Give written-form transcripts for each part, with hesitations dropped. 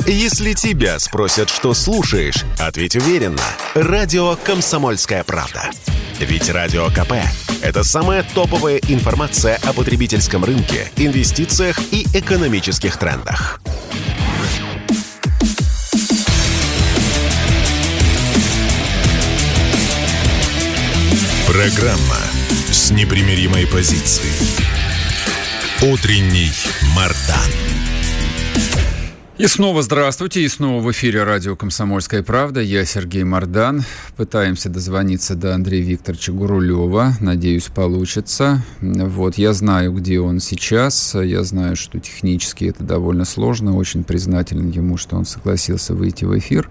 Если тебя спросят, что слушаешь, ответь уверенно. Радио «Комсомольская правда». Ведь Радио КП – это самая топовая информация о потребительском рынке, инвестициях и экономических трендах. Программа с непримиримой позицией. Утренний Мардан. И снова здравствуйте, и снова в эфире радио «Комсомольская правда». Я Сергей Мардан. Пытаемся дозвониться до Андрея Викторовича Гурулева. Надеюсь, получится. Вот, я знаю, где он сейчас. Я знаю, что технически это довольно сложно. Очень признателен ему, что он согласился выйти в эфир.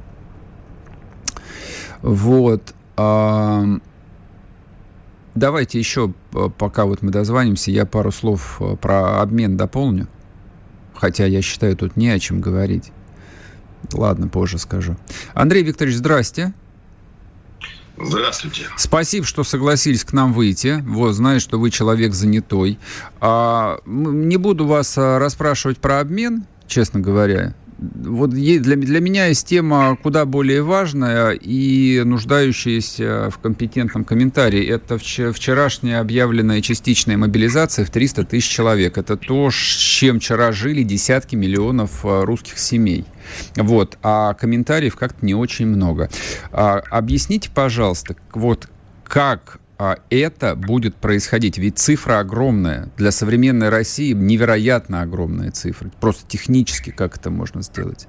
Вот. Давайте еще, пока вот мы дозвонимся, я пару слов про обмен дополню. Хотя я считаю, тут не о чем говорить. Ладно, позже скажу. Андрей Викторович, здрасте. Здравствуйте. Спасибо, что согласились к нам выйти. Вот, знаю, что вы человек занятой. Не буду вас расспрашивать про обмен, честно говоря. Вот для меня есть тема куда более важная и нуждающаяся в компетентном комментарии. Это вчерашняя объявленная частичная мобилизация в 300 тысяч человек. Это то, с чем вчера жили десятки миллионов русских семей. Вот. А комментариев как-то не очень много. Объясните, пожалуйста, вот как это будет происходить? Ведь цифра огромная. Для современной России невероятно огромная цифра. Просто технически как это можно сделать?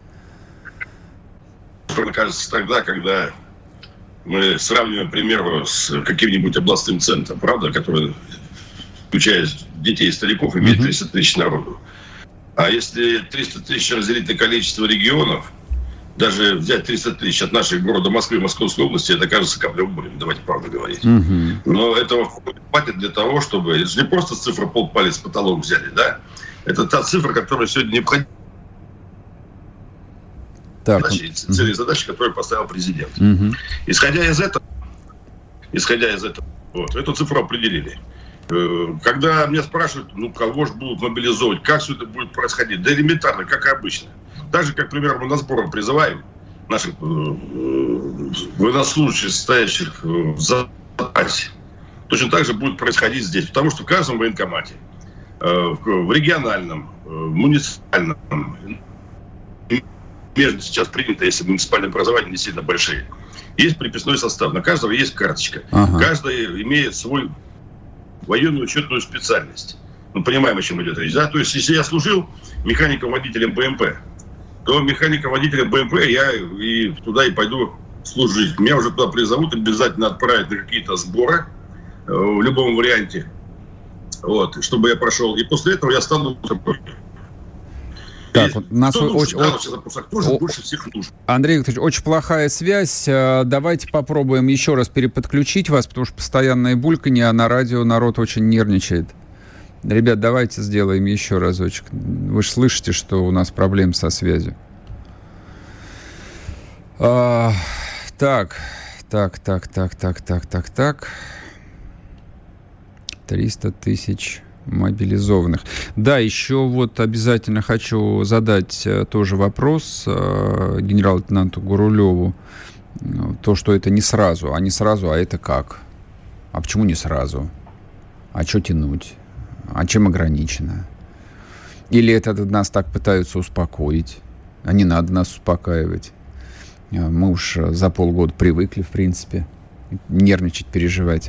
Мне кажется, тогда, когда мы сравниваем, к примеру, с каким-нибудь областным центром, правда, который, включая детей и стариков, имеет 300 тысяч народу. А если 300 тысяч разделить на количество регионов, даже взять 300 тысяч от нашего города Москвы и Московской области, это кажется каплей в море, давайте правду говорить. Но этого хватит для того, чтобы... Это же не просто цифра полпалец потолок взяли, да? Это та цифра, которая сегодня необходима. Цели и задачи, которые поставил президент. Исходя из этого, вот, эту цифру определили. Когда меня спрашивают, кого же будут мобилизовывать, как все это будет происходить, да элементарно, как и обычно. Так же, как, например, мы на сборах призываем наших военнослужащих, состоящих в запасе. Точно так же будет происходить здесь. Потому что в каждом военкомате, в региональном, муниципальном, между сейчас принято, если муниципальные образования не сильно большие, есть приписной состав. На каждого есть карточка. Каждый имеет свой военную учетную специальность. Мы понимаем, о чем идет речь. Да? То есть, если я служил механиком-водителем БМП, то механиком-водителем БМП я и туда и пойду служить. Меня уже туда призовут, обязательно отправят на какие-то сборы в любом варианте, вот, чтобы я прошел. И после этого я стану... Так, вот нас больше всех нужен. Андрей Викторович, очень плохая связь. Давайте попробуем еще раз переподключить вас, потому что постоянное бульканье, а на радио народ очень нервничает. Ребят, давайте сделаем еще разочек. Вы же слышите, что у нас проблемы со связью. Так. 300 тысяч мобилизованных. Да, еще вот обязательно хочу задать тоже вопрос генерал-лейтенанту Гурулеву. То, что это не сразу, а это как? А почему не сразу? А что тянуть? А чем ограничено? Или это нас так пытаются успокоить? А не надо нас успокаивать. Мы уж за полгода привыкли, в принципе, нервничать, переживать.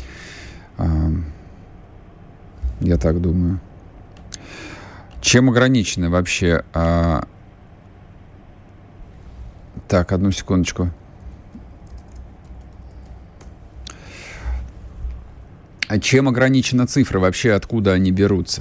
Я так думаю. Чем ограничено вообще? Так, одну секундочку. А чем ограничена цифра? Вообще откуда они берутся?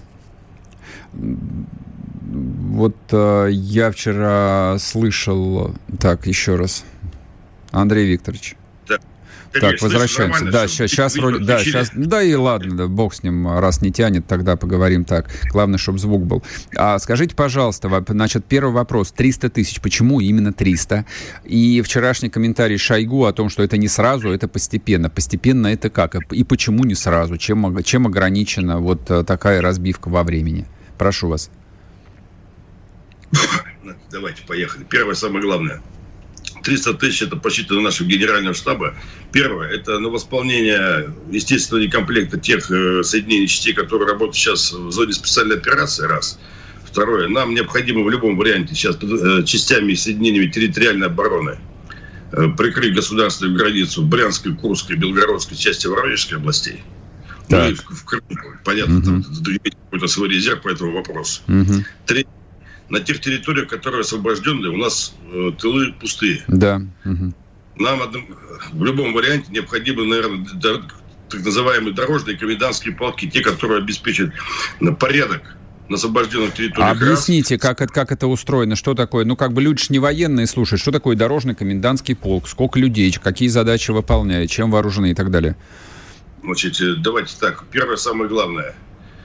Вот я вчера слышал... Так, еще раз. Андрей Викторович. Так, возвращаемся. Да, сейчас вроде... Да, сейчас... Да и ладно, да, бог с ним, раз не тянет, тогда поговорим так. Главное, чтобы звук был. Скажите, пожалуйста, значит, первый вопрос. 300 тысяч. Почему именно 300? И вчерашний комментарий Шойгу о том, что это не сразу, это постепенно. Постепенно это как? И почему не сразу? Чем ограничена вот такая разбивка во времени? Прошу вас. Давайте, поехали. Первое, самое главное. 300 тысяч – это посчитано нашего генерального штаба. Первое – это на восполнение, естественно, некомплекта тех соединений частей, которые работают сейчас в зоне специальной операции, раз. Второе – нам необходимо в любом варианте сейчас частями и соединениями территориальной обороны прикрыть государственную границу Брянской, Курской, Белгородской части Воронежской областей. Ну и в Крыму, понятно, там какой-то свой резерв по этому вопросу. Третье. На тех территориях, которые освобождены, у нас тылы пустые. Да. Нам в любом варианте необходимо, наверное, так называемые дорожные комендантские полки, те, которые обеспечат порядок на освобожденных территориях. Объясните, как это устроено, что такое? Ну, как бы люди же не военные слушают, что такое дорожный комендантский полк, сколько людей, какие задачи выполняют, чем вооружены и так далее. Значит, давайте так. Первое, самое главное.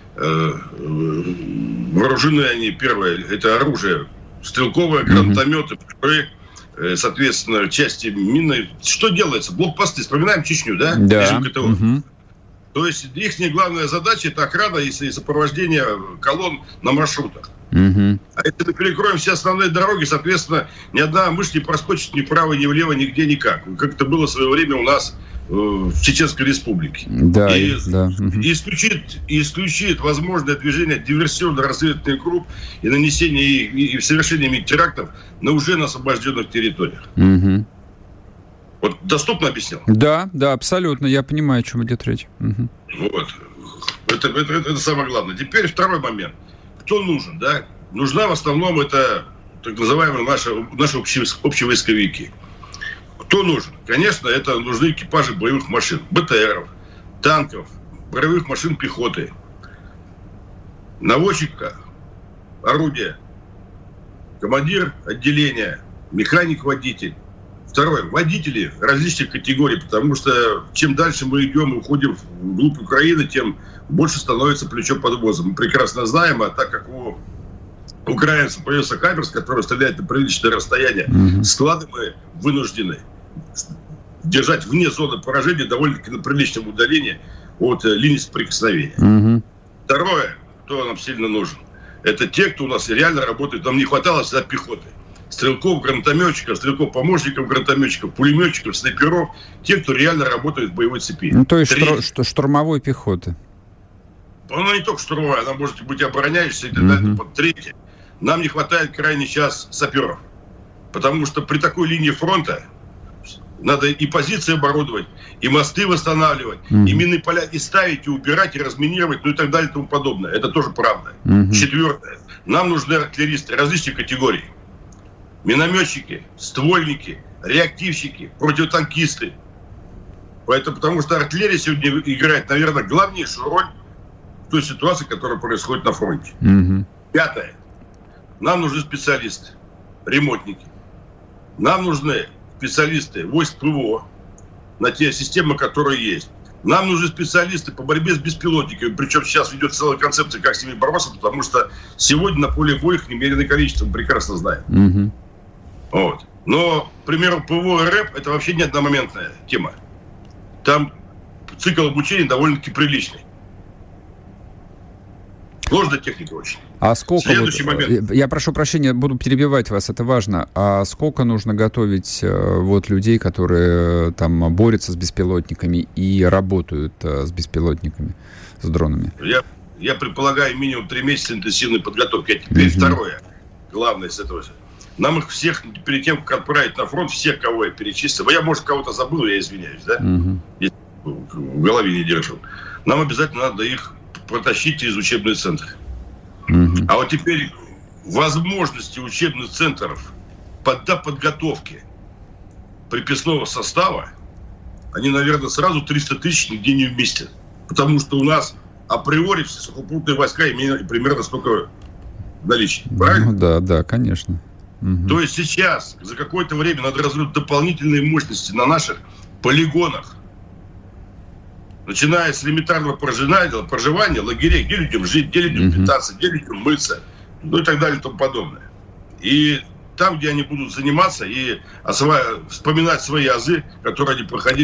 Вооружены они, первое, это оружие стрелковое, гранатометы, соответственно, части мины. Что делается? Блокпосты. Вспоминаем Чечню, да? Да. То есть их главная задача – это охрана и сопровождение колонн на маршрутах. А если мы перекроем все основные дороги, соответственно, ни одна мышь не проскочит ни вправо, ни влево, нигде никак. Как это было в свое время у нас в Чеченской Республике. Да, и исключит возможное движение диверсионно-разведывательных групп и нанесение и совершение терактов на уже освобожденных территориях. Вот доступно объяснил? Да, абсолютно. Я понимаю, о чем идет речь. Вот. Это самое главное. Теперь второй момент. Кто нужен, да? Нужна в основном это так называемые наши общевойсковики. Кто нужен? Конечно, это нужны экипажи боевых машин, БТРов, танков, боевых машин пехоты, наводчика, орудия, командир отделения, механик-водитель. Второе. Водители различных категорий, потому что чем дальше мы идем и уходим вглубь Украины, тем больше становится плечо под возом. Мы прекрасно знаем, а так как у украинцев появился Хаймерс, который стреляет на приличное расстояние, склады мы вынуждены держать вне зоны поражения довольно-таки на приличном удалении от линии соприкосновения. Второе, кто нам сильно нужен, это те, кто у нас реально работает. Нам не хватало всегда пехоты. Стрелков, гранатометчиков, стрелков-помощников, гранатометчиков, пулеметчиков, снайперов, те, кто реально работает в боевой цепи. Ну, то есть штурмовой пехоты. Она не только штурмовая, она может быть обороняющейся и так далее. Третье. Нам не хватает крайний час саперов. Потому что при такой линии фронта надо и позиции оборудовать, и мосты восстанавливать, и минные поля и ставить, и убирать, и разминировать, ну и так далее и тому подобное. Это тоже правда. Четвертое. Нам нужны артиллеристы различных категорий. Минометчики, ствольники, реактивщики, противотанкисты. Потому что артиллерия сегодня играет, наверное, главнейшую роль в той ситуации, которая происходит на фронте. Пятое. Нам нужны специалисты, ремонтники. Нам нужны специалисты войск ПВО на те системы, которые есть. Нам нужны специалисты по борьбе с беспилотниками. Причем сейчас идет целая концепция, как с ними бороться, потому что сегодня на поле боя их немереное количество, мы прекрасно знаем. Вот. Но, к примеру, ПВО и РЭП – это вообще не одномоментная тема. Там цикл обучения довольно-таки приличный. Сложная техника очень. А сколько момент. Я прошу прощения, буду перебивать вас, это важно. А сколько нужно готовить людей, которые там борются с беспилотниками и работают с беспилотниками, с дронами? Я предполагаю минимум 3 месяца интенсивной подготовки. А теперь второе, главное с этого. Нам их всех, перед тем, как отправить на фронт, всех, кого я перечислил, я, может, кого-то забыл, я извиняюсь, да? Я в голове не держу. Нам обязательно надо их протащить через учебные центры. А вот теперь возможности учебных центров подготовки приписного состава, они, наверное, сразу 300 тысяч нигде не вместят. Потому что у нас априори все сухопутные войска имеют примерно столько наличия. Правильно? Да, конечно. То есть сейчас за какое-то время надо развить дополнительные мощности на наших полигонах. Начиная с элементарного проживания, лагерей, где людям жить, где людям питаться, где людям мыться, ну и так далее и тому подобное. И там, где они будут заниматься и вспоминать свои азы, которые они проходили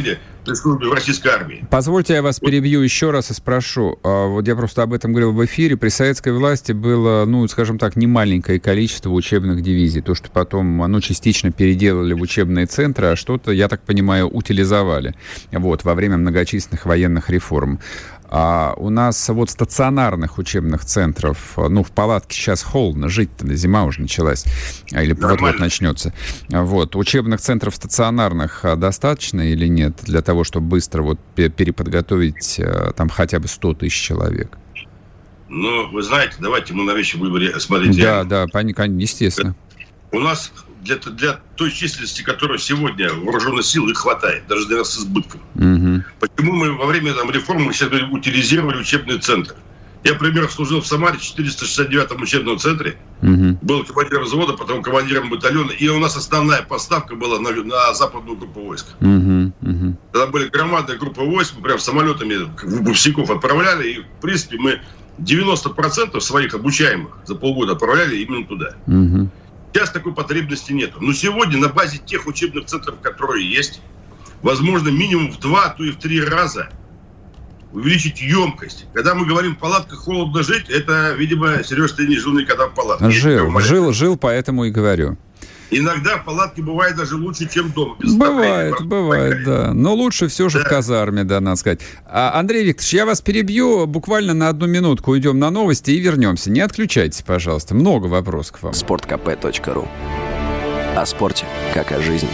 при службе в российской армии. Позвольте, я вас перебью еще раз и спрошу. Вот я просто об этом говорил в эфире. При советской власти было, скажем так, немаленькое количество учебных дивизий. То, что потом, частично переделали в учебные центры, а что-то, я так понимаю, утилизовали во время многочисленных военных реформ. А у нас стационарных учебных центров, в палатке сейчас холодно, жить-то зима уже началась, или вот-вот начнется. Учебных центров стационарных достаточно или нет для того, чтобы быстро переподготовить там хотя бы 100 тысяч человек? Вы знаете, давайте мы на вещи будем смотреть. Да, естественно. У нас для той численности, которая сегодня вооруженных сил, их хватает, даже для нас с избытком. Угу. Почему мы во время реформы сейчас утилизировали учебные центры? Я, например, служил в Самаре в 469-м учебном центре, был командиром взвода, потом командиром батальона, и у нас основная поставка была на западную группу войск. Тогда были громадные группы войск, мы прям самолетами выпускников отправляли, и, в принципе, мы 90% своих обучаемых за полгода отправляли именно туда. Сейчас такой потребности нет. Но сегодня на базе тех учебных центров, которые есть, возможно, минимум в 2, а то и в 3 раза увеличить емкость. Когда мы говорим, в палатках холодно жить, это, видимо, Сереж, ты не жил никогда в палатке. Жил, поэтому и говорю. Иногда в палатке бывает даже лучше, чем дома. Бывает, да. Но лучше все же в казарме, надо сказать. Андрей Викторович, я вас перебью. Буквально на 1 минутку уйдем на новости и вернемся. Не отключайтесь, пожалуйста. Много вопросов к вам. Sportkp.ru. О спорте, как о жизни.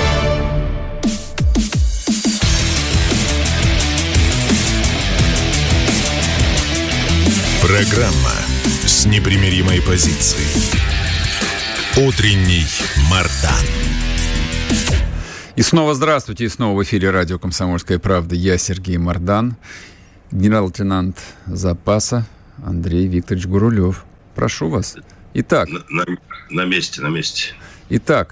Программа с непримиримой позицией. Утренний Мардан. И снова здравствуйте, и снова в эфире радио «Комсомольская правда». Я Сергей Мардан, генерал-лейтенант запаса Андрей Викторович Гурулев. Прошу вас. Итак. На месте. Итак,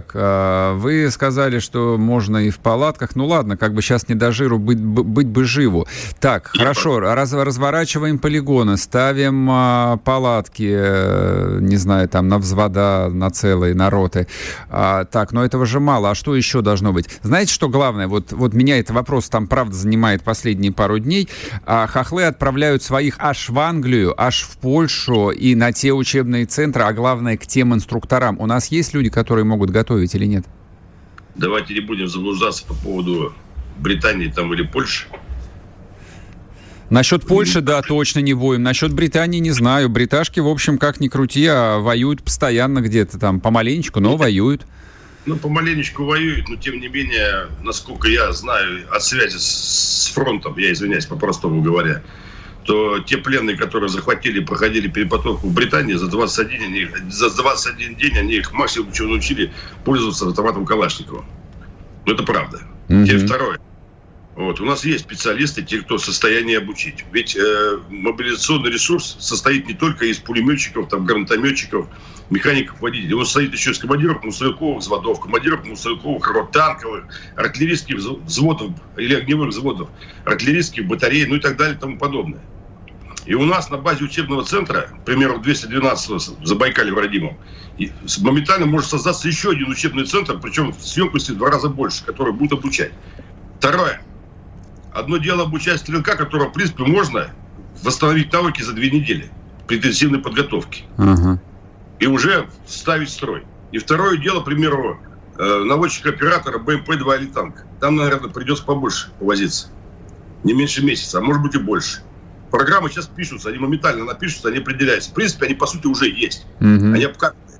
вы сказали, что можно и в палатках. ладно, сейчас не до жиру, быть бы живу. Так, хорошо, разворачиваем полигоны, ставим палатки, не знаю, там на взвода, на целые, на роты. Так, но этого же мало. А что еще должно быть? Знаете, что главное? Вот меня этот вопрос там, правда, занимает последние пару дней. Хохлы отправляют своих аж в Англию, аж в Польшу и на те учебные центры, а главное, к тем инструкторам. У нас есть люди, которые могут готовить или нет? Давайте не будем заблуждаться по поводу Британии там или Польши. Насчет Польши, да, точно не будем. Насчет Британии не знаю. Бриташки, в общем, как ни крути, воюют постоянно где-то там, помаленечку, но воюют. Помаленечку воюют, но тем не менее, насколько я знаю от связи с фронтом, я извиняюсь, по-простому говоря, то те пленные, которые захватили и проходили переподготовку в Британии, за 21 день они их максимум чего научили пользоваться автоматом Калашникова. Это правда. Теперь второе. У нас есть специалисты, те, кто в состоянии обучить. Ведь мобилизационный ресурс состоит не только из пулеметчиков, гранатометчиков, механиков, водителей. Он состоит еще из командиров мотострелковых взводов, командиров мотострелковых рот, танковых, артиллерийских взводов или огневых взводов, артиллерийских батарей, и так далее и тому подобное. И у нас на базе учебного центра, к примеру, 212-го в Забайкале, в Родимом, моментально может создаться еще один учебный центр, причем с емкостью в 2 раза больше, который будет обучать. Второе. Одно дело обучать стрелка, которого, в принципе, можно восстановить навыки за 2 недели при интенсивной подготовке. И уже ставить строй. И второе дело, к примеру, наводчика-оператора БМП-2 или танк. Там, наверное, придется побольше повозиться. Не меньше месяца, а может быть и больше. Программы сейчас пишутся, они моментально напишутся, они определяются. В принципе, они, по сути, уже есть. Они обкатаны.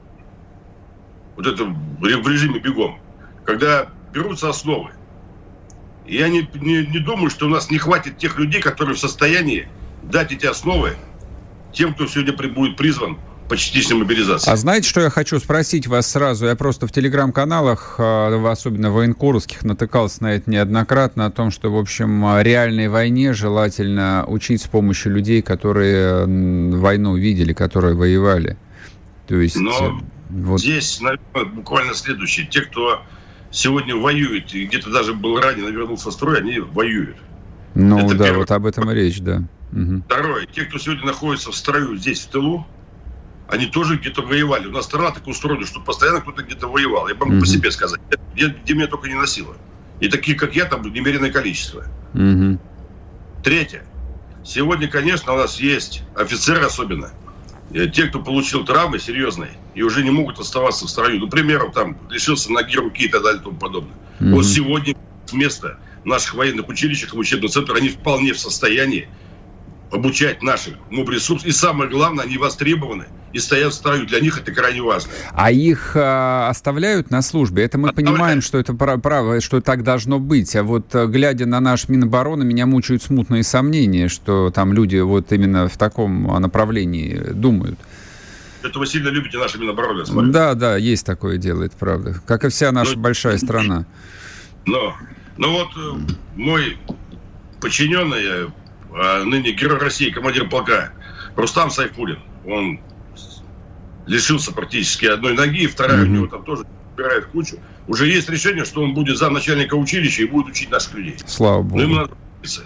Это в режиме бегом. Когда берутся основы. И я не думаю, что у нас не хватит тех людей, которые в состоянии дать эти основы тем, кто сегодня будет призван по частичной мобилизации. А знаете, что я хочу спросить вас сразу? Я просто в телеграм-каналах, особенно военкорских, натыкался на это неоднократно, о том, что, в общем, реальной войне желательно учить с помощью людей, которые войну видели, которые воевали. То есть... Здесь, наверное, буквально следующее. Те, кто сегодня воюет, и где-то даже был ранен и вернулся в строй, они воюют. Это первое. Об этом и речь, да. Второе. Те, кто сегодня находится в строю здесь, в тылу, они тоже где-то воевали. У нас страна так устроена, что постоянно кто-то где-то воевал. Я могу по себе сказать. Где меня только не носило. И таких, как я, там немереное количество. Угу. Третье. Сегодня, конечно, у нас есть офицеры особенно. Те, кто получил травмы серьезные и уже не могут оставаться в строю. Ну, к примеру, там лишился ноги, руки и так далее и тому подобное. Вот сегодня с места наших военных училищах и учебных центров они вполне в состоянии обучать наших моб-ресурсов. И самое главное, они востребованы и стоят в строю. Для них это крайне важно. А их оставляют на службе? Это мы понимаем, что это право, что так должно быть. А вот глядя на наш Минобороны, меня мучают смутные сомнения, что там люди вот именно в таком направлении думают. Это вы сильно любите нашу Минобороны, я смотрю. Да, есть такое дело, это правда. Как и вся наша большая страна. Но вот мой подчиненный, ныне герой России, командир полка Рустам Сайфуллин, он лишился практически одной ноги, и вторая у него там тоже убирает в кучу. Уже есть решение, что он будет замначальника училища и будет учить наших людей. Слава Богу. Но ему надо учиться.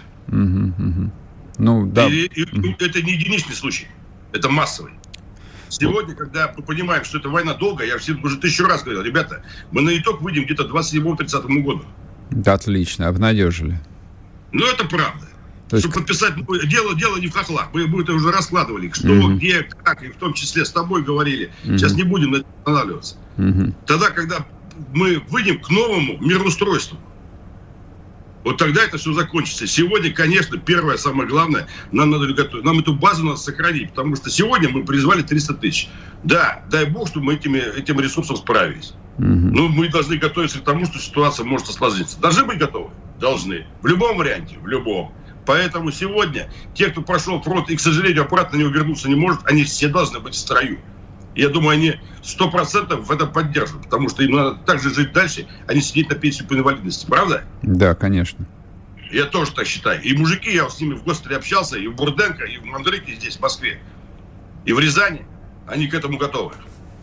Ну, да. И это не единичный случай, это массовый. Сегодня, когда мы понимаем, что эта война долгая, я всем уже 1000 раз говорил, ребята, мы на итог выйдем где-то к 27-30 году. Да, отлично, обнадежили. Ну, это правда. То есть... Чтобы подписать, дело не в хохлах. Мы это уже раскладывали, что, где, как, и в том числе с тобой говорили. Сейчас не будем на этом останавливаться. Тогда, когда мы выйдем к новому мироустройству, вот тогда это все закончится. Сегодня, конечно, первое, самое главное, нам эту базу надо сохранить, потому что сегодня мы призвали 300 тысяч. Да, дай бог, чтобы мы этим ресурсом справились. Но мы должны готовиться к тому, что ситуация может осложниться. Должны быть готовы? Должны. В любом варианте, в любом. Поэтому сегодня те, кто прошел фронт и, к сожалению, обратно не вернуться не может, они все должны быть в строю. Я думаю, они 100% в этом поддерживают, потому что им надо также жить дальше, а не сидеть на пенсию по инвалидности. Правда? Да, конечно. Я тоже так считаю. И мужики, я с ними в госпитале общался, и в Бурденко, и в Мандрике здесь, в Москве, и в Рязани, они к этому готовы.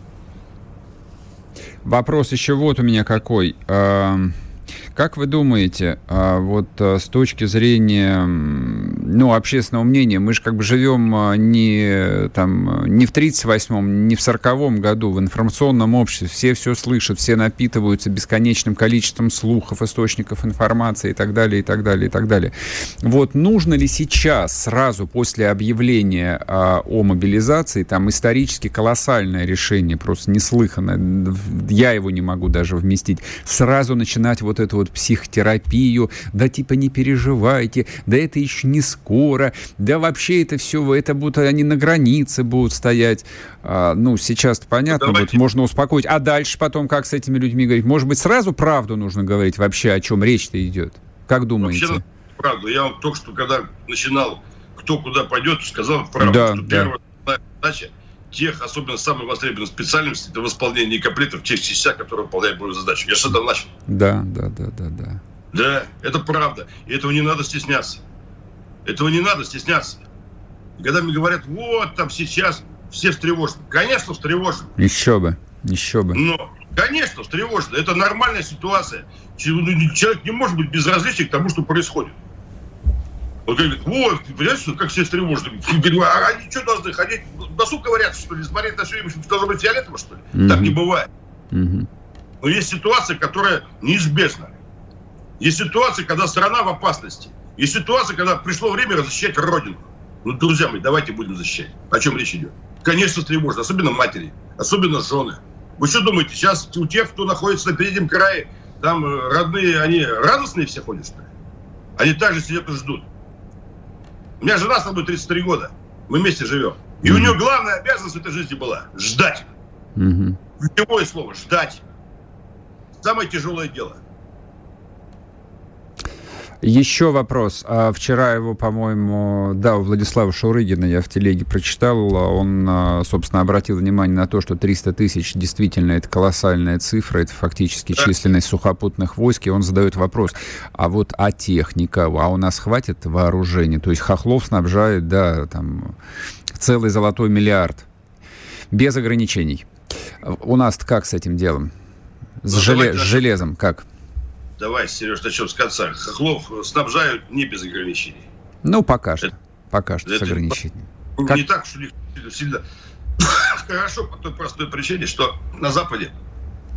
Вопрос еще вот у меня какой. Как вы думаете, вот с точки зрения, общественного мнения, мы же как бы живем не в 38-м, не в 40-м году, в информационном обществе, все слышат, все напитываются бесконечным количеством слухов, источников информации и так далее, и так далее, и так далее. Вот нужно ли сейчас, сразу после объявления о мобилизации, там исторически колоссальное решение, просто неслыханное, я его не могу даже вместить, сразу начинать вот эту вот психотерапию, да типа не переживайте, да это еще не скоро, да вообще это все, это будут они на границе будут стоять. Сейчас-то понятно, вот можно успокоить. А дальше потом как с этими людьми говорить? Может быть, сразу правду нужно говорить вообще, о чем речь-то идет? Как думаете? Вообще, правда. Я вам только что, когда начинал, кто куда пойдет, сказал правду, что первая задача тех, особенно самых востребованных специальностей, это восполнение комплектов в тех частях, которые выполняют боевую задачу. Я с этого начал. Да. Да, это правда. И этого не надо стесняться. И когда мне говорят, вот там сейчас все встревожены. Конечно, встревожены. Еще бы. Но, конечно, встревожены. Это нормальная ситуация. Человек не может быть безразличен к тому, что происходит. Он говорит, вот, понимаете, как все встревожены. А они что должны ходить? Досуг говорят, что ли? Смотреть на все, должно быть фиолетово, что ли? Так не бывает. Но есть ситуация, которая неизбежна. Есть ситуация, когда страна в опасности. Есть ситуация, когда пришло время защищать Родину. Друзья мои, давайте будем защищать. О чем речь идет? Конечно, встревожены. Особенно матери, особенно жены. Вы что думаете, сейчас у тех, кто находится на переднем крае, там родные, они радостные все ходят, что ли? Они также сидят и ждут. У меня жена со мной 33 года. Мы вместе живем. И у нее главная обязанность в этой жизни была – ждать. Ключевое слово – ждать. Самое тяжелое дело. Еще вопрос. Вчера его, по-моему, у Владислава Шурыгина я в телеге прочитал. Он, собственно, обратил внимание на то, что 300 тысяч действительно это колоссальная цифра, это фактически численность сухопутных войск. И он задает вопрос, а техника, у нас хватит вооружения? То есть Хохлов снабжает, целый золотой миллиард. Без ограничений. У нас как с этим делом? С железом как? Давай, Сереж, начнем с конца. Хохлов снабжают не без ограничений. Пока что с ограничениями. Не так, что у них сильно хорошо по той простой причине, что на Западе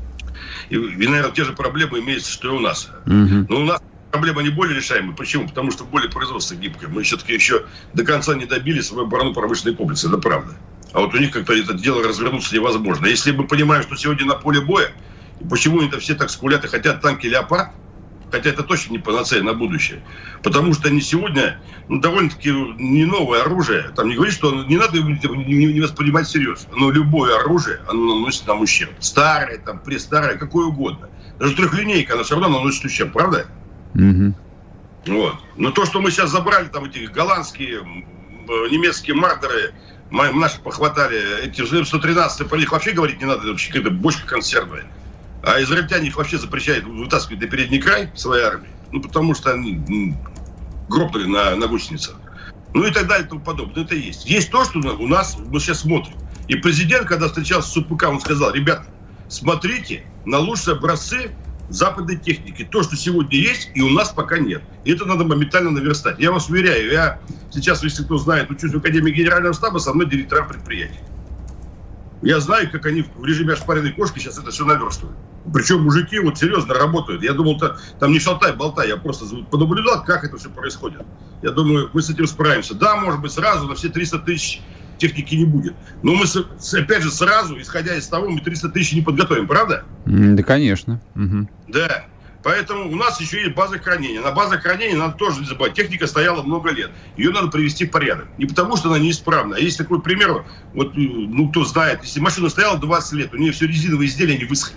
И, наверное, те же проблемы имеются, что и у нас. Но у нас проблема не более решаемая. Почему? Потому что более производство гибкое. Мы все-таки еще до конца не добили свою оборонно-промышленный комплекс. Это правда. А вот у них как-то это дело развернуться невозможно. Если мы понимаем, что сегодня на поле боя, почему это все так скулят и хотят танки «Леопард», хотя это точно не панацея на будущее. Потому что они сегодня довольно-таки не новое оружие. Там не говорит, что не надо его не воспринимать всерьез. Но любое оружие, оно наносит нам ущерб. Старое, там, престарое, какое угодно. Даже трехлинейка, она все равно наносит ущерб, правда? Вот. Но то, что мы сейчас забрали, там эти голландские, немецкие мардеры, наши похватали, эти же М113, про них вообще говорить не надо, это вообще какая-то бочка консервная. А израильтяне их вообще запрещают вытаскивать на передний край своей армии, потому что они грохнули на гусеницах. Ну и так далее и тому подобное. Это есть. Есть то, что у нас мы сейчас смотрим. И президент, когда встречался с СУПК, он сказал: ребята, смотрите на лучшие образцы западной техники. То, что сегодня есть, и у нас пока нет. И это надо моментально наверстать. Я вас уверяю, я сейчас, если кто знает, учусь в Академии Генерального штаба, со мной директора предприятий. Я знаю, как они в режиме ошпаренной кошки сейчас это все наверстывают. Причем мужики вот серьезно работают. Я думал, там не шалтай-болтай, я просто понаблюдал, как это все происходит. Я думаю, мы с этим справимся. Да, может быть, сразу на все 300 тысяч техники не будет. Но мы, опять же, сразу, исходя из того, мы 300 тысяч не подготовим, правда? Да, конечно. Да. Поэтому у нас еще есть база хранения. На базах хранения надо тоже не забывать. Техника стояла много лет. Ее надо привести в порядок. Не потому, что она неисправна. А есть такой пример, вот, кто знает, если машина стояла 20 лет, у нее все резиновые изделия не высохли.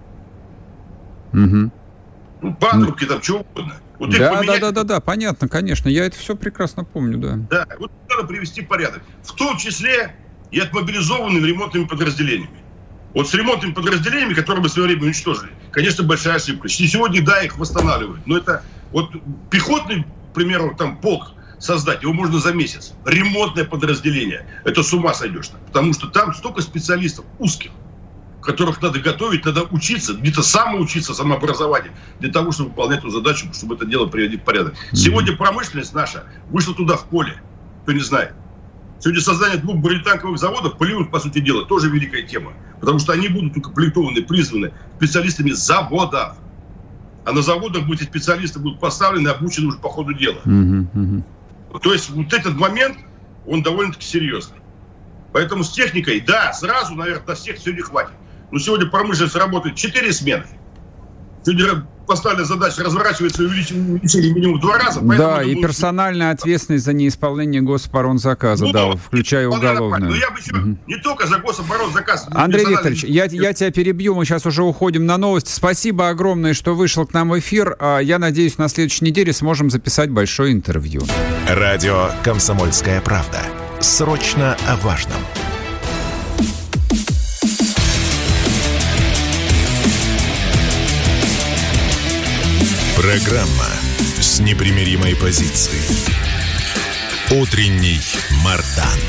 Патрубки там, чего угодно. Вот да, понятно, конечно. Я это все прекрасно помню, да. Да, вот надо привести в порядок. В том числе и отмобилизованными ремонтными подразделениями. Вот с ремонтными подразделениями, которые мы в свое время уничтожили, конечно, большая ошибка. И сегодня, да, их восстанавливают. Но это вот пехотный, к примеру, там полк создать, его можно за месяц. Ремонтное подразделение, это с ума сойдешь. Потому что там столько специалистов узких, которых надо готовить, надо учиться, где-то самоучиться, самообразование, для того, чтобы выполнять эту задачу, чтобы это дело приводить в порядок. Сегодня промышленность наша вышла туда в поле, кто не знает. Сегодня создание 2 бронетанковых заводов, полевых, по сути дела, тоже великая тема. Потому что они будут укомплектованы, призваны специалистами заводов. А на заводах эти специалисты будут поставлены и обучены уже по ходу дела. То есть вот этот момент, он довольно-таки серьезный. Поэтому с техникой, да, сразу, наверное, на всех все не хватит. Но сегодня промышленность работает 4 смены. Сегодня поставлена задача разворачиваться и увеличение минимум в 2 раза. Да, и персональная ответственность за неисполнение гособоронзаказа, включая уголовную. Но я бы еще не только за гособоронзаказ. Андрей Викторович, я тебя перебью, мы сейчас уже уходим на новости. Спасибо огромное, что вышел к нам в эфир. Я надеюсь, на следующей неделе сможем записать большое интервью. Радио «Комсомольская правда». Срочно о важном. Программа с непримиримой позицией. Утренний Мардан.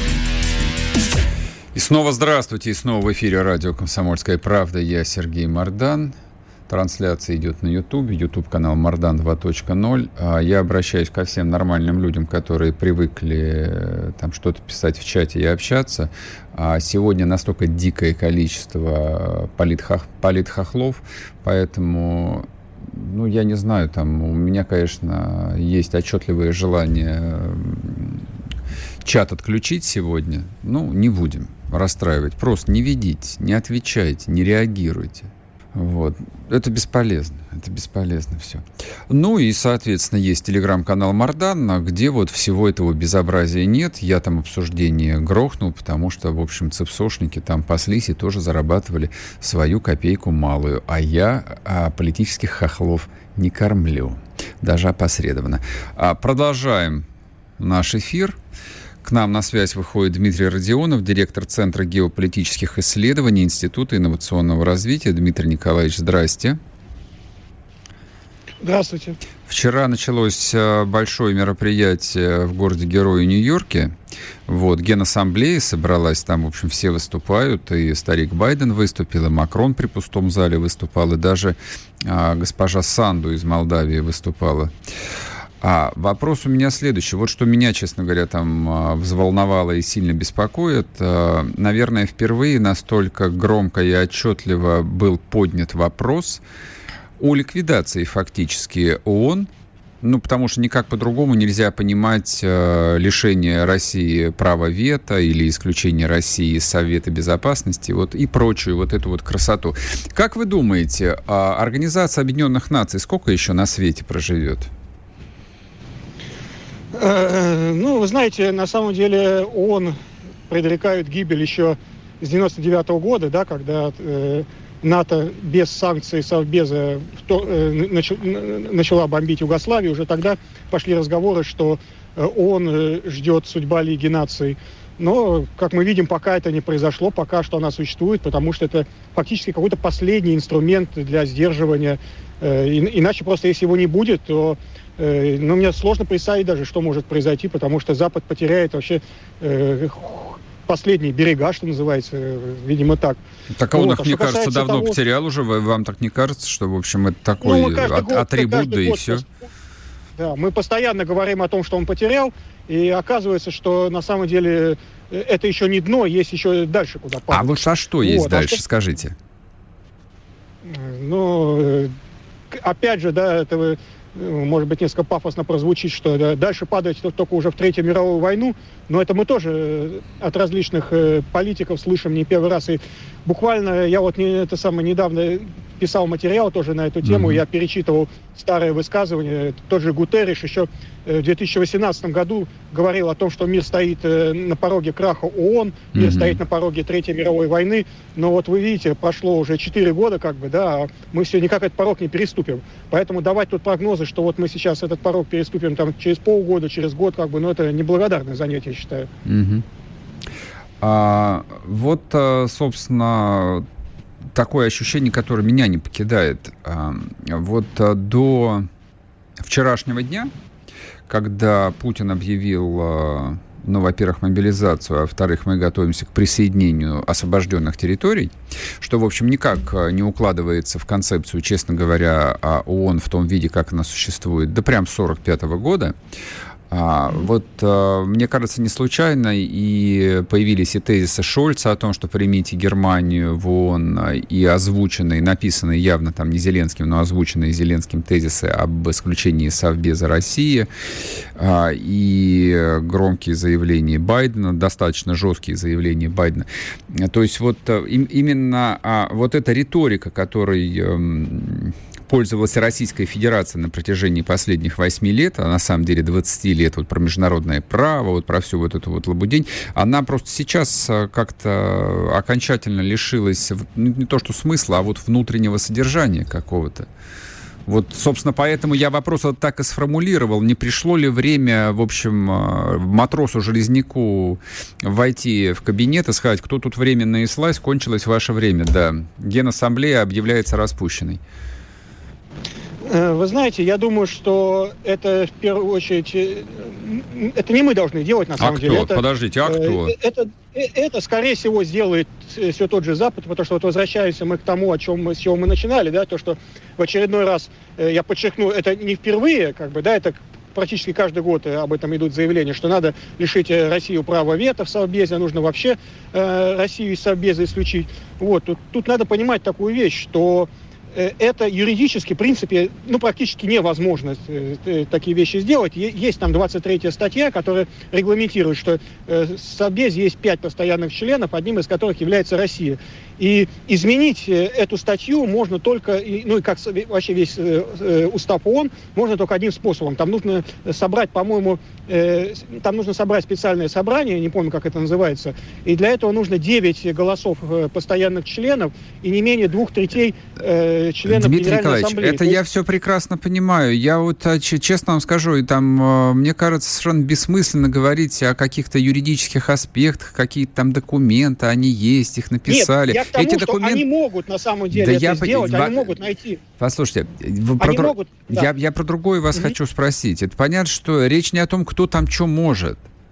И снова здравствуйте, и снова в эфире радио «Комсомольская правда». Я Сергей Мардан. Трансляция идет на YouTube, YouTube-канал Мардан 2.0. Я обращаюсь ко всем нормальным людям, которые привыкли там что-то писать в чате и общаться. Сегодня настолько дикое количество политхохлов, поэтому... я не знаю, там у меня, конечно, есть отчетливое желание чат отключить сегодня. Не будем расстраивать. Просто не ведите, не отвечайте, не реагируйте. Вот. Это бесполезно все. И, соответственно, есть телеграм-канал Мардан, где вот всего этого безобразия нет. Я там обсуждение грохнул, потому что, в общем, цепсошники там паслись и тоже зарабатывали свою копейку малую. А я политических хохлов не кормлю, даже опосредованно. Продолжаем наш эфир. К нам на связь выходит Дмитрий Родионов, директор Центра геополитических исследований Института инновационного развития. Дмитрий Николаевич, здрасте. Здравствуйте. Вчера началось большое мероприятие в городе-герое Нью-Йорке. Генассамблея собралась, там, в общем, все выступают, и старик Байден выступил, и Макрон при пустом зале выступал, и даже госпожа Санду из Молдавии выступала. А вопрос у меня следующий. Вот что меня, честно говоря, там взволновало и сильно беспокоит. Наверное, впервые настолько громко и отчетливо был поднят вопрос о ликвидации фактически ООН. Ну, потому что никак по-другому нельзя понимать лишение России права вето или исключение России из Совета Безопасности вот, и прочую вот эту вот красоту. Как вы думаете, Организация Объединенных Наций сколько еще на свете проживет? Ну, вы знаете, на самом деле ООН предрекают гибель еще с 99 года, да, когда НАТО без санкций Совбеза начала бомбить Югославию. Уже тогда пошли разговоры, что ООН ждет судьба Лиги наций. Но, как мы видим, пока это не произошло, пока что она существует, потому что это фактически какой-то последний инструмент для сдерживания. Иначе просто, если его не будет, то мне сложно представить даже, что может произойти, потому что Запад потеряет вообще последние берега, что называется, видимо, так. Так он их, мне кажется, давно потерял уже. Вам так не кажется, что, в общем, это такой атрибут, да и все? Да, мы постоянно говорим о том, что он потерял, и оказывается, что на самом деле это еще не дно, есть еще дальше куда падать. А вот что есть дальше, скажите? Ну, опять же, да, это может быть несколько пафосно прозвучит, что дальше падать только уже в Третью мировую войну, но это мы тоже от различных политиков слышим не первый раз. И буквально я вот недавно писал материал тоже на эту тему, я перечитывал старые высказывания. Тот же Гутерриш еще в 2018 году говорил о том, что мир стоит на пороге краха ООН, мир стоит на пороге Третьей мировой войны. Но вот вы видите, прошло уже 4 года, а мы все никак этот порог не переступим. Поэтому давать тут прогнозы, что вот мы сейчас этот порог переступим там через полгода, через год, это неблагодарное занятие, я считаю. Собственно, такое ощущение, которое меня не покидает. До вчерашнего дня, когда Путин объявил, во-первых, мобилизацию, а во-вторых, мы готовимся к присоединению освобожденных территорий, что, в общем, никак не укладывается в концепцию, честно говоря, ООН в том виде, как она существует, прям с 1945 года. Мне кажется, не случайно и появились и тезисы Шольца о том, что примите Германию в ООН, и озвученные, написанные явно там не Зеленским, но озвученные Зеленским тезисы об исключении Совбеза России, и громкие заявления Байдена, достаточно жесткие заявления Байдена. То есть именно эта риторика, которой пользовалась Российская Федерация на протяжении последних 8 лет, а на самом деле 20 лет про международное право, про всю эту лабудень, она просто сейчас как-то окончательно лишилась не то что смысла, а внутреннего содержания какого-то. Собственно, поэтому я вопрос так и сформулировал. Не пришло ли время, в общем, матросу-железняку войти в кабинет и сказать, кто тут временно и слазь, кончилось ваше время, да. Генассамблея объявляется распущенной. Вы знаете, я думаю, что это в первую очередь, это не мы должны делать на самом деле. Подождите, а кто? Это, скорее всего, сделает все тот же Запад, потому что возвращаемся мы к тому, с чего мы начинали, то, что в очередной раз, я подчеркну, это не впервые, это практически каждый год об этом идут заявления, что надо лишить Россию права вето в Совбезе, нужно вообще Россию из Совбеза исключить. Тут надо понимать такую вещь, что это юридически, в принципе, практически невозможно такие вещи сделать. Есть там 23-я статья, которая регламентирует, что в Совбезе есть 5 постоянных членов, одним из которых является Россия. И изменить эту статью можно только, как вообще весь устав ООН, можно только одним способом. Там нужно собрать, по-моему, специальное собрание, не помню, как это называется, и для этого нужно 9 голосов постоянных членов и не менее 2/3 членов Дмитрий Генеральной Николаевич, Ассамблеи. Это я все прекрасно понимаю. Я честно вам скажу, мне кажется, совершенно бессмысленно говорить о каких-то юридических аспектах, какие-то там документы, они есть, их написали. Нет, я к тому, что они могут на самом деле сделать, они могут найти. Послушайте, да. я про другое вас хочу спросить. Это понятно, что речь не о том, кто там что может.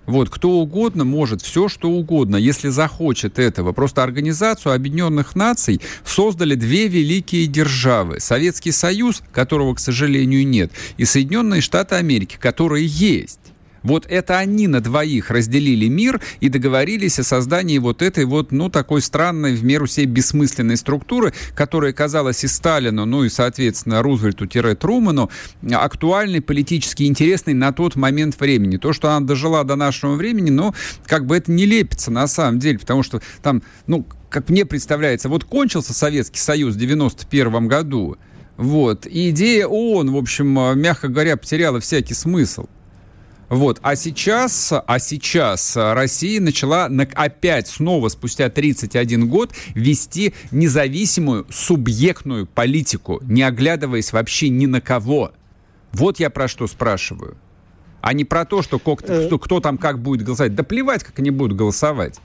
Вот, кто угодно может все, что угодно, если захочет этого. Просто Организацию Объединенных Наций создали две великие державы. Советский Союз, которого, к сожалению, нет, и Соединенные Штаты Америки, которые есть. Вот это они на двоих разделили мир и договорились о создании вот этой вот, ну, такой странной, в меру всей бессмысленной структуры, которая казалась и Сталину, ну и, соответственно, Рузвельту-Трумэну актуальной, политически интересной на тот момент времени. То, что она дожила до нашего времени, ну, как бы это не лепится на самом деле, потому что там, ну, как мне представляется, вот кончился Советский Союз в 91 году, вот, и идея ООН, в общем, мягко говоря, потеряла всякий смысл. Вот. А сейчас Россия начала опять снова спустя 31 год вести независимую субъектную политику, не оглядываясь вообще ни на кого. Вот я про что спрашиваю. А не про то, что кто там как будет голосовать. Да плевать, как они будут голосовать.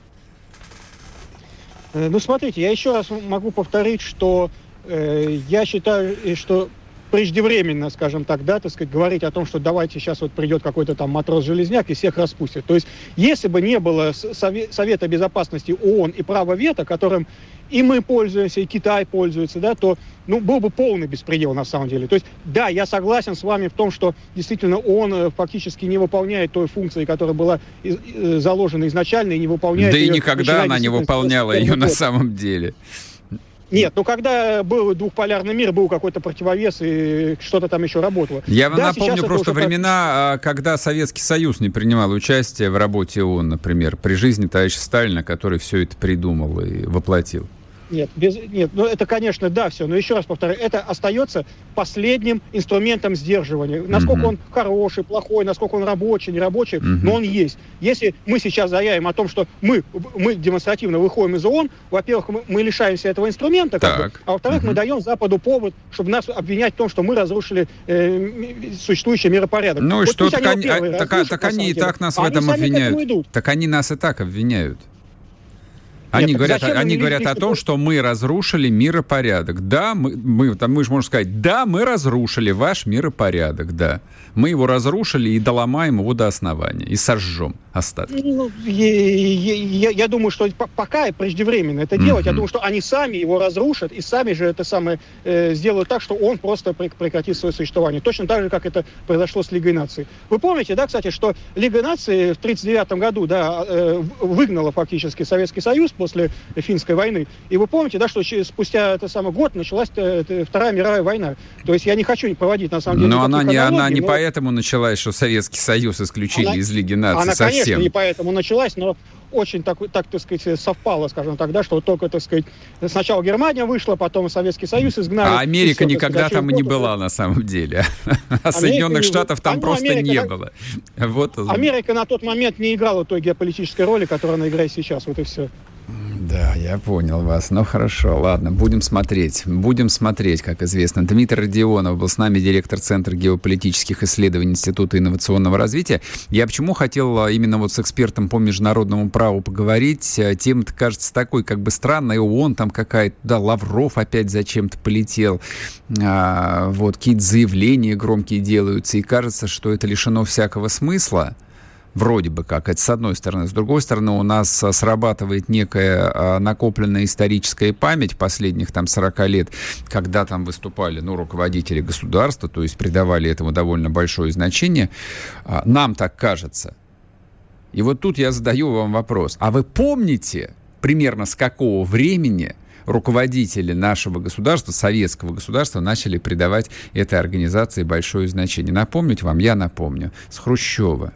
Ну, смотрите, я еще раз могу повторить, что я считаю, что преждевременно, скажем так, да, так сказать, говорить о том, что давайте сейчас вот придет какой-то там матрос-железняк и всех распустит. То есть, если бы не было Совета Безопасности ООН и права вето, которым и мы пользуемся, и Китай пользуется, да, то, ну, был бы полный беспредел на самом деле. То есть, да, я согласен с вами в том, что действительно ООН фактически не выполняет той функции, которая была заложена изначально, и не выполняет. Да и никогда она не выполняла ее на самом деле. Нет, ну когда был двухполярный мир, был какой-то противовес, и что-то там еще работало. Я вам напомню просто времена, когда Советский Союз не принимал участие в работе ООН, например, при жизни товарища Сталина, который все это придумал и воплотил. Нет, ну это, конечно, да, все, но еще раз повторяю, это остается последним инструментом сдерживания. Насколько он хороший, плохой, насколько он рабочий, нерабочий, но он есть. Если мы сейчас заявим о том, что мы демонстративно выходим из ООН, во-первых, мы лишаемся этого инструмента, а во-вторых, мы даем Западу повод, чтобы нас обвинять в том, что мы разрушили существующий миропорядок. Ну и вот что, так они и так нас в этом обвиняют. Так они нас и так обвиняют. Они говорят о том, что мы разрушили миропорядок. Да, мы же можем сказать, да, мы разрушили ваш миропорядок, да. Мы его разрушили и доломаем его до основания, и сожжем остатки. Ну, я думаю, что пока преждевременно это делать. Я думаю, что они сами его разрушат и сами же это самое сделают так, что он просто прекратит свое существование. Точно так же, как это произошло с Лигой наций. Вы помните, да, кстати, что Лига наций в 1939 году, да, выгнала фактически Советский Союз после финской войны. И вы помните, да, что спустя год началась Вторая мировая война. То есть я не хочу проводить, на самом деле, но она не поэтому началась, что Советский Союз исключили из Лиги наций совсем. Она, конечно, не поэтому началась, но очень так сказать, совпало, скажем так, да, что только, так сказать, сначала Германия вышла, потом Советский Союз изгнали. А Америка никогда там и не была, на самом деле. А Соединенных Штатов там просто не было. Америка на тот момент не играла той геополитической роли, которую она играет сейчас. Вот и все. Да, я понял вас. Ну, хорошо, ладно, будем смотреть, как известно. Дмитрий Родионов был с нами, директор Центра геополитических исследований Института инновационного развития. Я почему хотел именно вот с экспертом по международному праву поговорить? Тема-то кажется такой, как бы странной. ООН там какая-то, да, Лавров опять зачем-то полетел. Вот, какие-то заявления громкие делаются, и кажется, что это лишено всякого смысла. Вроде бы как, это с одной стороны. С другой стороны, у нас срабатывает некая накопленная историческая память последних там 40 лет, когда там выступали, ну, руководители государства, то есть придавали этому довольно большое значение. Нам так кажется. И вот тут я задаю вам вопрос. А вы помните примерно с какого времени руководители нашего государства, советского государства, начали придавать этой организации большое значение? Напомнить вам? Я напомню. С Хрущева.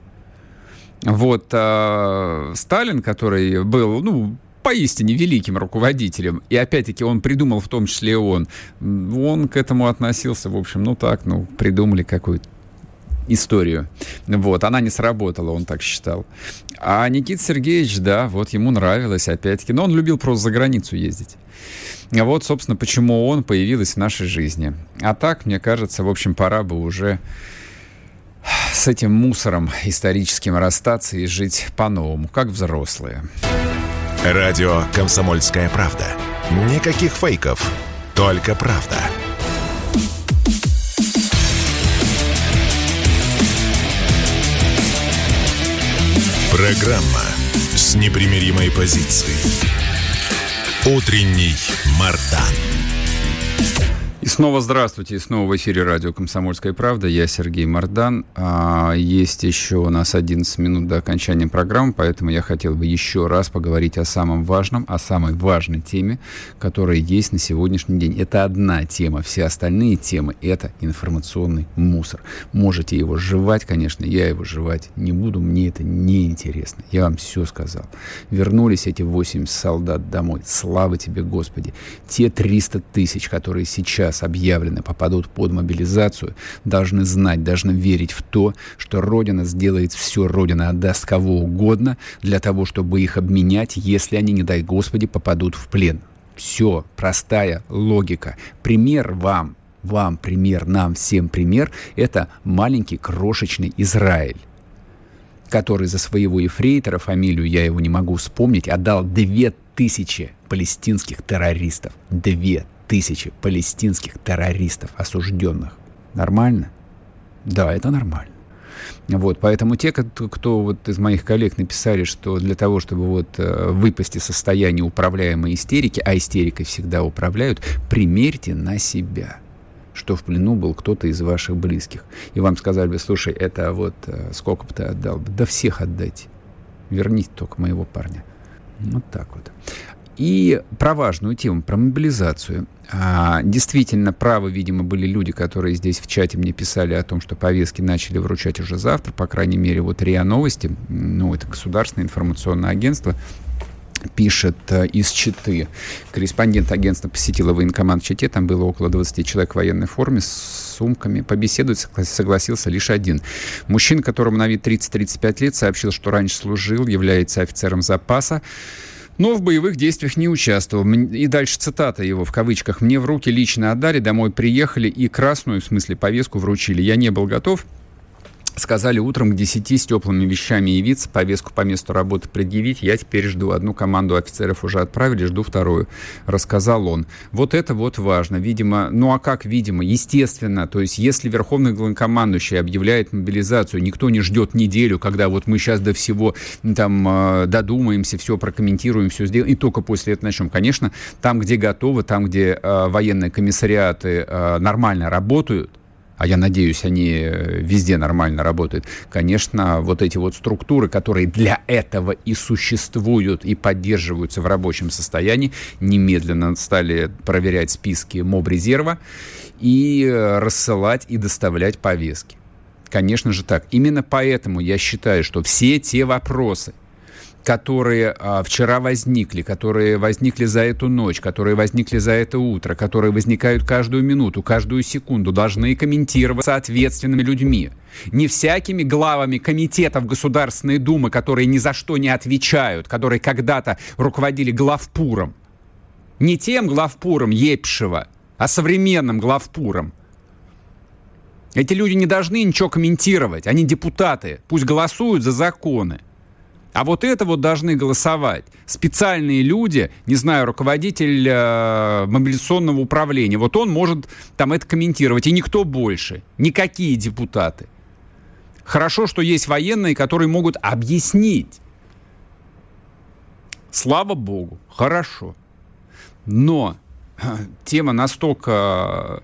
Вот Сталин, который был, ну, поистине великим руководителем, и опять-таки он придумал, в том числе он к этому относился, в общем, придумали какую-то историю. Вот, она не сработала, он так считал. А Никита Сергеевич, да, вот ему нравилось, опять-таки, но он любил просто за границу ездить. Вот, собственно, почему он появилась в нашей жизни. А так, мне кажется, в общем, пора бы уже с этим мусором историческим расстаться и жить по-новому, как взрослые. Радио «Комсомольская правда». Никаких фейков, только правда. Программа с непримиримой позицией. Утренний Мардан. И снова здравствуйте, и снова в эфире радио «Комсомольская правда». Я Сергей Мардан. Есть еще у нас 11 минут до окончания программы, поэтому я хотел бы еще раз поговорить о самом важном, о самой важной теме, которая есть на сегодняшний день. Это одна тема, все остальные темы – это информационный мусор. Можете его жевать, конечно, я его жевать не буду, мне это не интересно. Я вам все сказал. Вернулись эти 80 солдат домой. Слава тебе, Господи. Те 300 тысяч, которые сейчас объявлены, попадут под мобилизацию, должны знать, должны верить в то, что Родина сделает все, Родина отдаст кого угодно для того, чтобы их обменять, если они, не дай Господи, попадут в плен. Все, простая логика. Пример вам пример, нам всем пример, это маленький крошечный Израиль, который за своего ефрейтора, фамилию я его не могу вспомнить, отдал 2000 палестинских террористов. 2000 палестинских террористов, осужденных. Нормально? Да, это нормально. Вот, поэтому те, кто вот из моих коллег написали, что для того, чтобы вот выпасть из состояния управляемой истерики, а истерикой всегда управляют, примерьте на себя, что в плену был кто-то из ваших близких. И вам сказали бы, слушай, это вот сколько бы ты отдал бы? Да всех отдайте. Верните только моего парня. Вот так вот. И про важную тему, про мобилизацию. Действительно, правы, видимо, были люди, которые здесь в чате мне писали о том, что повестки начали вручать уже завтра, по крайней мере, вот РИА Новости, это государственное информационное агентство, пишет из Читы. Корреспондент агентства посетила военкомат в Чите, там было около 20 человек в военной форме с сумками. Побеседовать согласился лишь один. Мужчина, которому на вид 30-35 лет, сообщил, что раньше служил, является офицером запаса, но в боевых действиях не участвовал. И дальше цитата его, в кавычках. «Мне в руки лично отдали, домой приехали и красную, в смысле повестку, вручили. Я не был готов. Сказали утром к 10 с теплыми вещами явиться, повестку по месту работы предъявить. Я теперь жду. Одну команду офицеров уже отправили, жду вторую», — рассказал он. Вот это вот важно. Видимо, видимо? Естественно, то есть если верховный главнокомандующий объявляет мобилизацию, никто не ждет неделю, когда вот мы сейчас до всего там додумаемся, все прокомментируем, все сделаем, и только после этого начнем. Конечно, там, где готовы, там, где военные комиссариаты нормально работают, а я надеюсь, они везде нормально работают, конечно, вот эти вот структуры, которые для этого и существуют, и поддерживаются в рабочем состоянии, немедленно стали проверять списки мобрезерва и рассылать и доставлять повестки. Конечно же так. Именно поэтому я считаю, что все те вопросы, которые вчера возникли, которые возникли за эту ночь, которые возникли за это утро, которые возникают каждую минуту, каждую секунду, должны комментироваться ответственными людьми. Не всякими главами комитетов Государственной Думы, которые ни за что не отвечают, которые когда-то руководили главпуром. Не тем главпуром Епшева, а современным главпуром. Эти люди не должны ничего комментировать. Они депутаты. Пусть голосуют за законы. А вот это вот должны голосовать специальные люди, не знаю, руководитель мобилизационного управления. Вот он может там это комментировать, и никто больше. Никакие депутаты. Хорошо, что есть военные, которые могут объяснить. Слава богу, хорошо. Но тема настолько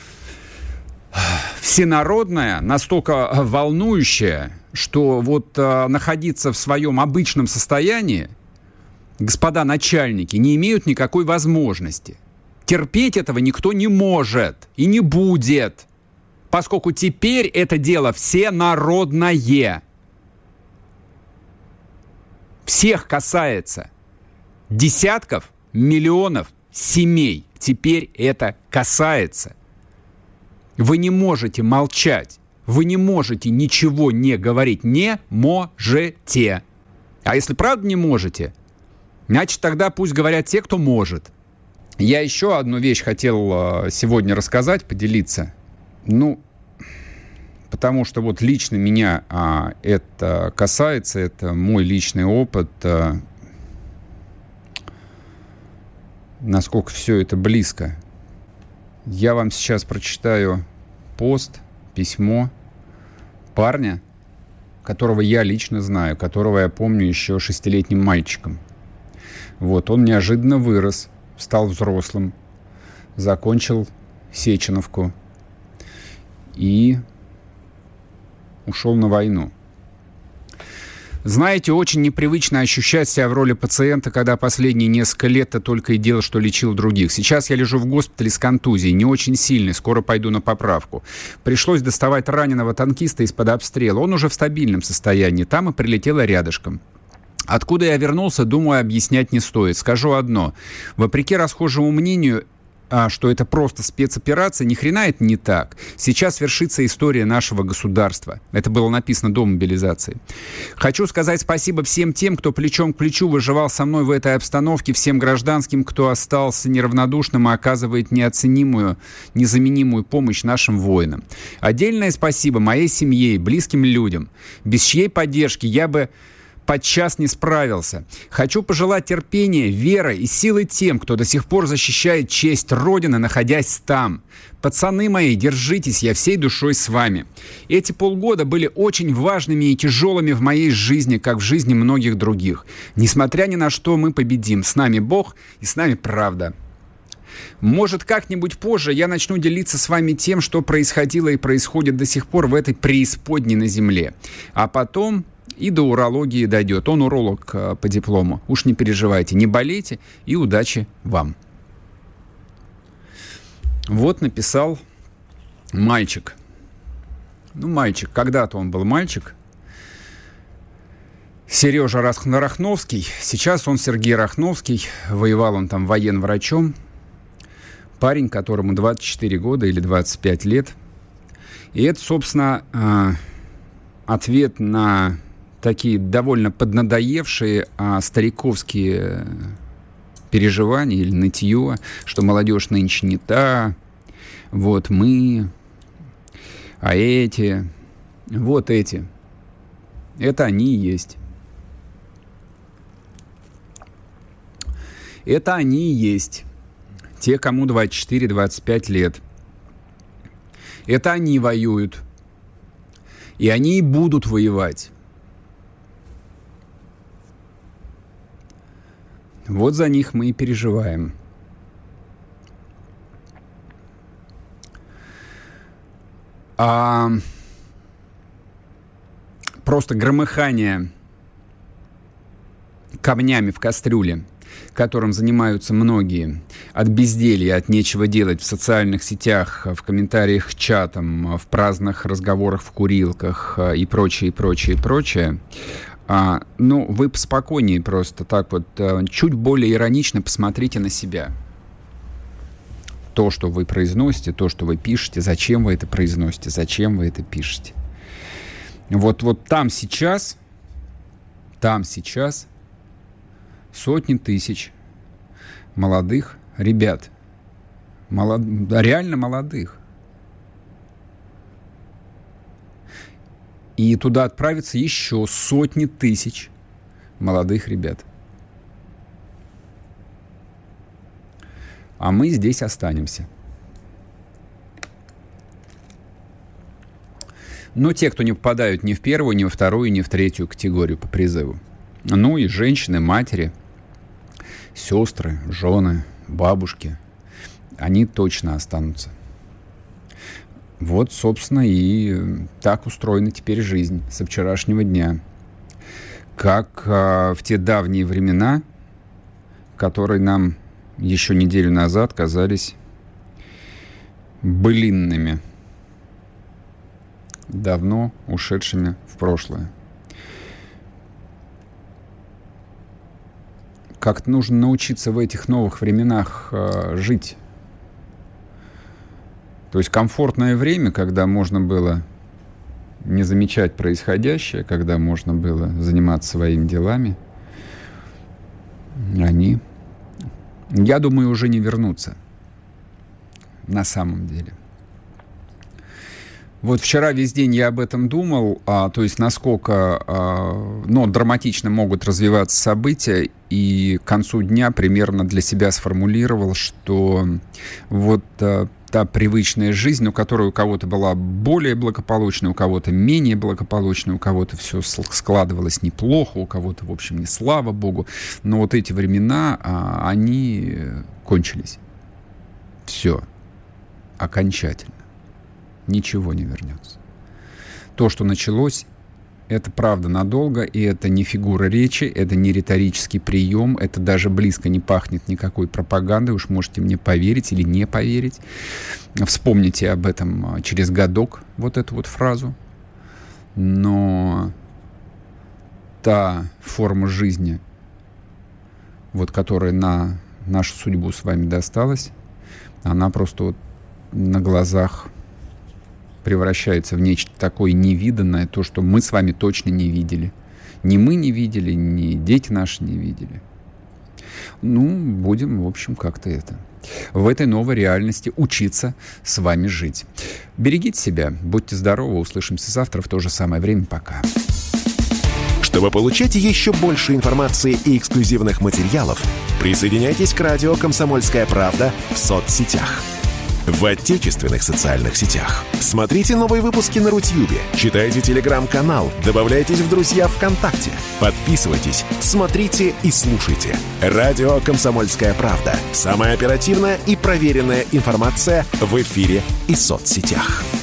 всенародная, настолько волнующая, что вот находиться в своем обычном состоянии господа начальники не имеют никакой возможности. Терпеть этого никто не может и не будет, поскольку теперь это дело всенародное. Всех касается. Десятков миллионов семей теперь это касается. Вы не можете молчать. Вы не можете ничего не говорить. Не можете. А если правда не можете, значит, тогда пусть говорят те, кто может. Я еще одну вещь хотел сегодня рассказать, поделиться. Потому что вот лично меня это касается, это мой личный опыт. Насколько все это близко. Я вам сейчас прочитаю пост, письмо парня, которого я лично знаю, которого я помню еще 6-летним мальчиком. Вот, он неожиданно вырос, стал взрослым, закончил Сеченовку и ушел на войну. Знаете, очень непривычно ощущать себя в роли пациента, когда последние несколько лет ты только и делал, что лечил других. Сейчас я лежу в госпитале с контузией, не очень сильной, скоро пойду на поправку. Пришлось доставать раненого танкиста из-под обстрела. Он уже в стабильном состоянии, там и прилетело рядышком. Откуда я вернулся, думаю, объяснять не стоит. Скажу одно. Вопреки расхожему мнению, что это просто спецоперация, ни хрена это не так. Сейчас вершится история нашего государства. Это было написано до мобилизации. Хочу сказать спасибо всем тем, кто плечом к плечу выживал со мной в этой обстановке, всем гражданским, кто остался неравнодушным и оказывает неоценимую, незаменимую помощь нашим воинам. Отдельное спасибо моей семье и близким людям, без чьей поддержки я бы подчас не справился. Хочу пожелать терпения, веры и силы тем, кто до сих пор защищает честь Родины, находясь там. Пацаны мои, держитесь, я всей душой с вами. Эти полгода были очень важными и тяжелыми в моей жизни, как в жизни многих других. Несмотря ни на что, мы победим. С нами Бог и с нами правда. Может, как-нибудь позже я начну делиться с вами тем, что происходило и происходит до сих пор в этой преисподней на земле. А потом и до урологии дойдет. Он уролог по диплому. Уж не переживайте, не болейте и удачи вам. Вот написал мальчик. Мальчик. Когда-то он был мальчик. Сережа Рахновский. Сейчас он Сергей Рахновский. Воевал он там военврачом. Парень, которому 24 года или 25 лет. И это, собственно, ответ на такие довольно поднадоевшие стариковские переживания или нытье, что молодежь нынче не та, вот мы, а эти, вот эти. Это они и есть. Это они и есть. Те, кому 24-25 лет. Это они воюют. И они и будут воевать. Вот за них мы и переживаем. Просто громыхание камнями в кастрюле, которым занимаются многие, от безделья, от нечего делать в социальных сетях, в комментариях к чатам, в праздных разговорах в курилках и прочее, прочее, прочее. Вы поспокойнее просто так вот, чуть более иронично посмотрите на себя. То, что вы произносите, то, что вы пишете, зачем вы это произносите, зачем вы это пишете. Вот там сейчас сотни тысяч молодых ребят, реально молодых. И туда отправятся еще сотни тысяч молодых ребят. А мы здесь останемся. Но те, кто не попадают ни в первую, ни во вторую, ни в третью категорию по призыву. Ну и женщины, матери, сестры, жены, бабушки, они точно останутся. Вот, собственно, и так устроена теперь жизнь со вчерашнего дня. Как в те давние времена, которые нам еще неделю назад казались былинными, давно ушедшими в прошлое. Как нужно научиться в этих новых временах жить. То есть комфортное время, когда можно было не замечать происходящее, когда можно было заниматься своими делами, они, я думаю, уже не вернутся. На самом деле. Вот вчера весь день я об этом думал, то есть насколько драматично могут развиваться события, и к концу дня примерно для себя сформулировал, что вот та привычная жизнь, у которой у кого-то была более благополучная, у кого-то менее благополучная, у кого-то все складывалось неплохо, у кого-то, в общем, не слава богу, но вот эти времена, они кончились. Все. Окончательно. Ничего не вернется. То, что началось, это правда надолго, и это не фигура речи, это не риторический прием, это даже близко не пахнет никакой пропагандой, уж можете мне поверить или не поверить. Вспомните об этом через годок, вот эту вот фразу. Но та форма жизни, вот которая на нашу судьбу с вами досталась, она просто вот на глазах превращается в нечто такое невиданное, то, что мы с вами точно не видели. Ни мы не видели, ни дети наши не видели. Будем, в общем, как-то в этой новой реальности учиться с вами жить. Берегите себя, будьте здоровы, услышимся завтра в то же самое время. Пока. Чтобы получать еще больше информации и эксклюзивных материалов, присоединяйтесь к радио «Комсомольская правда» в соцсетях. В отечественных социальных сетях. Смотрите новые выпуски на Рутьюбе, читайте телеграм-канал, добавляйтесь в друзья ВКонтакте, подписывайтесь, смотрите и слушайте. Радио «Комсомольская правда». Самая оперативная и проверенная информация в эфире и соцсетях.